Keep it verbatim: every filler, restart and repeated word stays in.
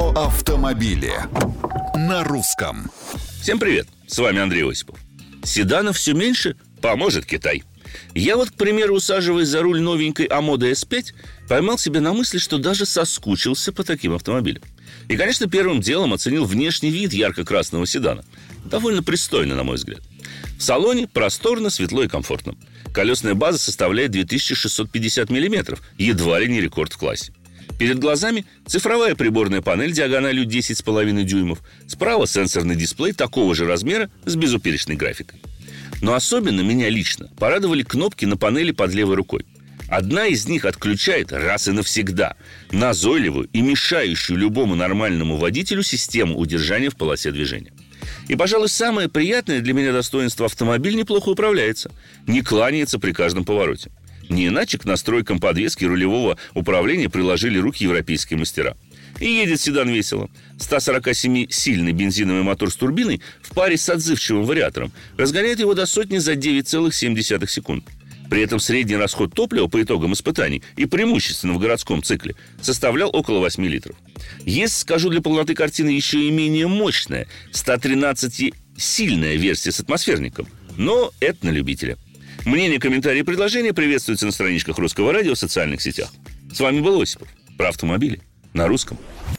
Про автомобили на русском. Всем привет, с вами Андрей Осипов. Седанов все меньше, поможет Китай. Я вот, к примеру, усаживаясь за руль новенькой Амода эс пять, поймал себя на мысли, что даже соскучился по таким автомобилям. И, конечно, первым делом оценил внешний вид ярко-красного седана. Довольно пристойно, на мой взгляд. В салоне просторно, светло и комфортно. Колесная база составляет две тысячи шестьсот пятьдесят миллиметров, едва ли не рекорд в классе. Перед глазами цифровая приборная панель диагональю десять с половиной дюймов. Справа сенсорный дисплей такого же размера с безупречной графикой. Но особенно меня лично порадовали кнопки на панели под левой рукой. Одна из них отключает раз и навсегда назойливую и мешающую любому нормальному водителю систему удержания в полосе движения. И, пожалуй, самое приятное для меня достоинство — автомобиль неплохо управляется, не кланяется при каждом повороте. Не иначе к настройкам подвески и рулевого управления приложили руки европейские мастера. И едет седан весело. сто сорок семь сильный бензиновый мотор с турбиной в паре с отзывчивым вариатором разгоняет его до сотни за девять целых семь десятых секунд. При этом средний расход топлива по итогам испытаний, и преимущественно в городском цикле, составлял около восемь литров. Есть, скажу для полноты картины, еще и менее мощная сто тринадцать сильная версия с атмосферником. Но это на любителя. Мнения, комментарии и предложения приветствуются на страничках Русского радио в социальных сетях. С вами был Осипов. Про автомобили на русском.